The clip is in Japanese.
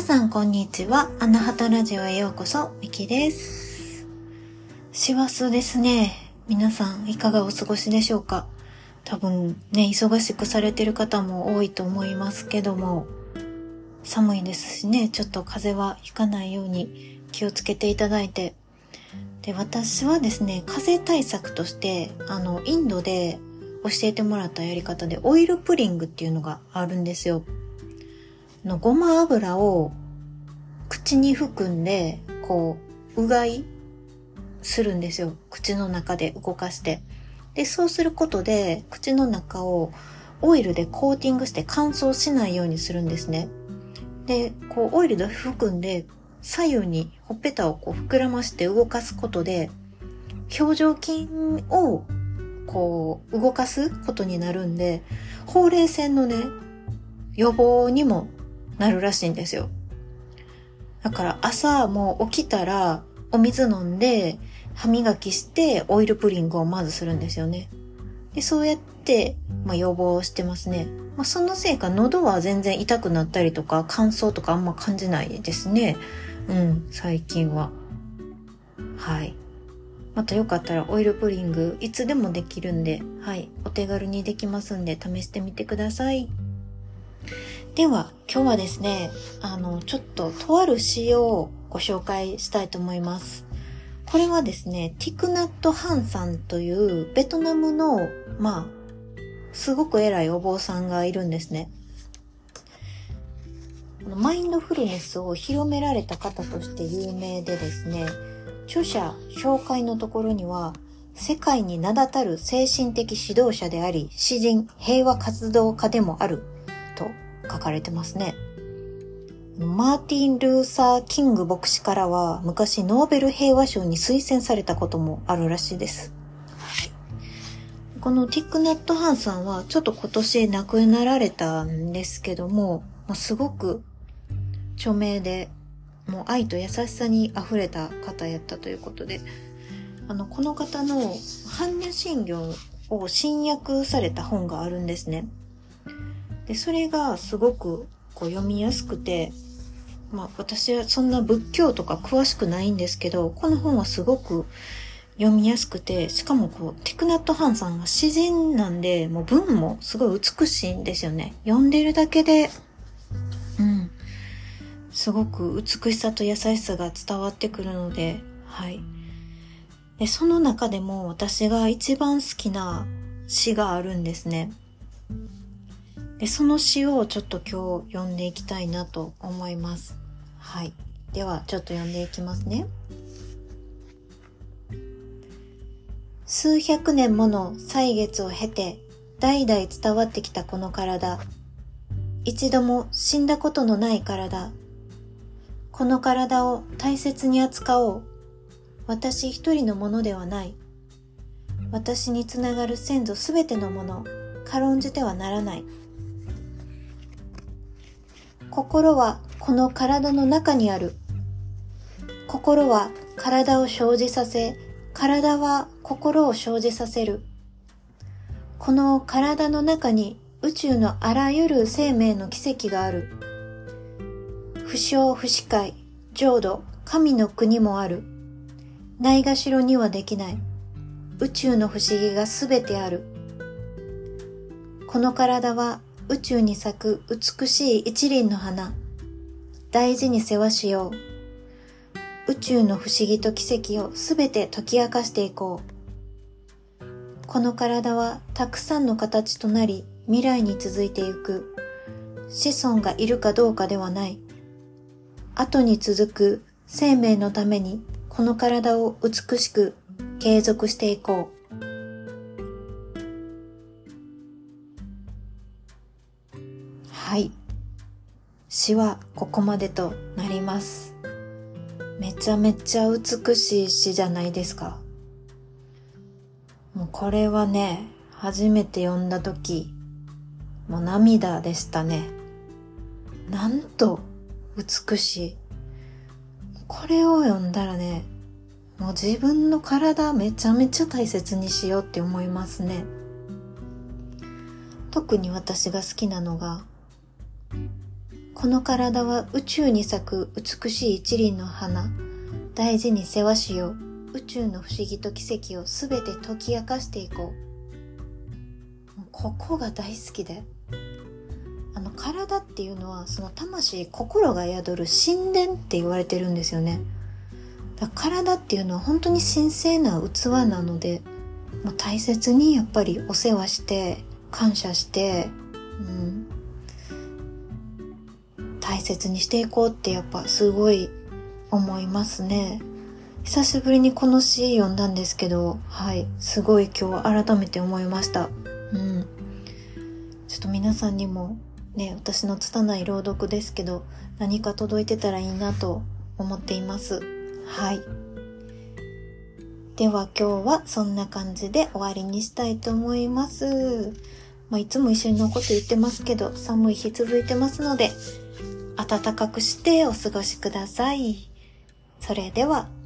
さんこんにちは。アナハタラジオへようこそ。ミキです。師走ですね。皆さんいかがお過ごしでしょうか。多分ね、忙しくされてる方も多いと思いますけども、寒いですしね、ちょっと風邪はひかないように気をつけていただいて。で、私はですね、風邪対策としてインドで教えてもらったやり方でオイルプリングっていうのがあるんですよ。ごま油を口に含んでうがいするんですよ。口の中で動かして。で、そうすることで口の中をオイルでコーティングして乾燥しないようにするんですね。で、オイルで含んで左右にほっぺたを膨らまして動かすことで表情筋を動かすことになるんで、ほうれい線のね予防にもなるらしいんですよ。だから朝もう起きたらお水飲んで歯磨きしてオイルプリングをまずするんですよね。で、そうやって、予防してますね。そのせいか喉は全然痛くなったりとか乾燥とかあんま感じないですね。最近は。はい。またよかったらオイルプリングいつでもできるんで、はい、お手軽にできますんで試してみてください。では今日はですね、ちょっととある詩をご紹介したいと思います。これはですね、ティクナット・ハンさんというベトナムのすごく偉いお坊さんがいるんですね。マインドフルネスを広められた方として有名でですね、著者紹介のところには、世界に名だたる精神的指導者であり、詩人、平和活動家でもあると書かれてますね。マーティン・ルーサー・キング牧師からは昔ノーベル平和賞に推薦されたこともあるらしいです。このティクナット・ハンさんはちょっと今年亡くなられたんですけども、すごく著名で、もう愛と優しさにあふれた方やったということで、この方の般若心経を新訳された本があるんですね。で、それがすごく読みやすくて、私はそんな仏教とか詳しくないんですけど、この本はすごく読みやすくて、しかもティクナット・ハンさんは詩人なんで、もう文もすごい美しいんですよね。読んでるだけで、すごく美しさと優しさが伝わってくるので、はい。で、その中でも私が一番好きな詩があるんですね。で、その詩をちょっと今日読んでいきたいなと思います。はい。ではちょっと読んでいきますね。数百年もの歳月を経て代々伝わってきたこの体。一度も死んだことのない体。この体を大切に扱おう。私一人のものではない。私につながる先祖すべてのもの、軽んじてはならない。心はこの体の中にある。心は体を生じさせ、体は心を生じさせる。この体の中に宇宙のあらゆる生命の奇跡がある。不詳不死界、浄土、神の国もある。ないがしろにはできない。宇宙の不思議がすべてある。この体は宇宙に咲く美しい一輪の花。大事に世話しよう。宇宙の不思議と奇跡をすべて解き明かしていこう。この体はたくさんの形となり未来に続いていく。子孫がいるかどうかではない。後に続く生命のためにこの体を美しく継続していこう。はい。詩はここまでとなります。めちゃめちゃ美しい詩じゃないですか。もうこれはね、初めて読んだ時、もう涙でしたね。なんと美しい。これを読んだらね、もう自分の体めちゃめちゃ大切にしようって思いますね。特に私が好きなのが、 この体は宇宙に咲く美しい一輪の花。大事に世話しよう。宇宙の不思議と奇跡をすべて解き明かしていこう。ここが大好きで。体っていうのはその魂、心が宿る神殿って言われてるんですよね。だから体っていうのは本当に神聖な器なので、もう大切にやっぱりお世話して感謝して、大切にしていこうってやっぱすごい思いますね。久しぶりにこの詩読んだんですけど、すごい今日改めて思いました。ちょっと皆さんにもね、私の拙い朗読ですけど、何か届いてたらいいなと思っています。では今日はそんな感じで終わりにしたいと思います。いつも一緒のこと言ってますけど、寒い日続いてますので、暖かくしてお過ごしください。それでは。